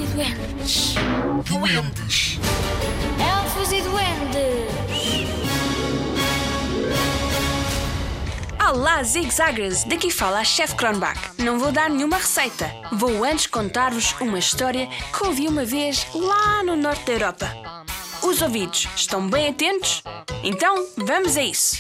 Duendes. Duendes. Elfos e duendes. Olá, zigzaggers! Daqui fala a Chef Kronbach. Não vou dar nenhuma receita. Vou antes contar-vos uma história que ouvi uma vez lá no norte da Europa. Os ouvidos estão bem atentos? Então, vamos a isso.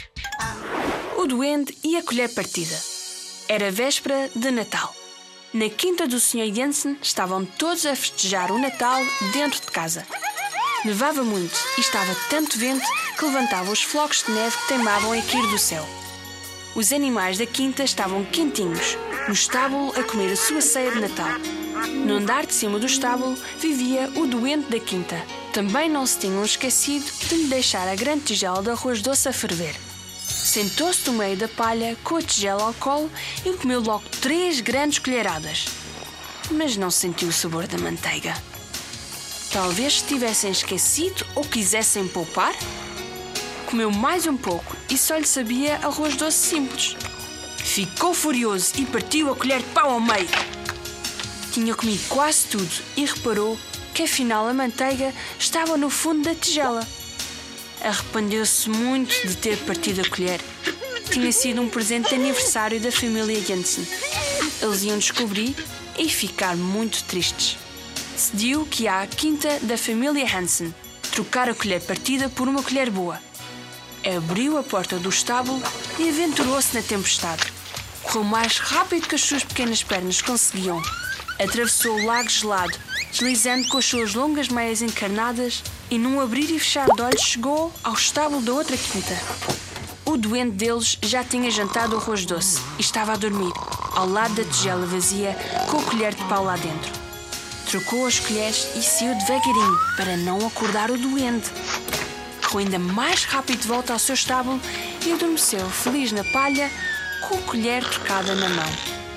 O duende e a colher partida. Era véspera de Natal. Na quinta do Sr. Jensen estavam todos a festejar o Natal dentro de casa. Nevava muito e estava tanto vento que levantava os flocos de neve que teimavam a cair do céu. Os animais da quinta estavam quentinhos, no estábulo a comer a sua ceia de Natal. No andar de cima do estábulo vivia o doente da quinta. Também não se tinham esquecido de lhe deixar a grande tigela de arroz doce a ferver. Sentou-se no meio da palha com a tigela ao colo e comeu logo 3 grandes colheradas. Mas não sentiu o sabor da manteiga. Talvez se tivessem esquecido ou quisessem poupar? Comeu mais um pouco e só lhe sabia arroz doce simples. Ficou furioso e partiu a colher de pau ao meio. Tinha comido quase tudo e reparou que afinal a manteiga estava no fundo da tigela. Arrependeu-se muito de ter partido a colher. Tinha sido um presente de aniversário da família Jensen. Eles iam descobrir e ficar muito tristes. Decidiu que ia à quinta da família Hansen trocar a colher partida por uma colher boa. Abriu a porta do estábulo e aventurou-se na tempestade. Correu mais rápido que as suas pequenas pernas conseguiam. Atravessou o lago gelado, deslizando com as suas longas meias encarnadas e num abrir e fechar de olhos chegou ao estábulo da outra quinta. O doente deles já tinha jantado o arroz doce e estava a dormir, ao lado da tigela vazia com a colher de pau lá dentro. Trocou as colheres e saiu devagarinho para não acordar o doente. Correu ainda mais rápido de volta ao seu estábulo e adormeceu feliz na palha com a colher trocada na mão.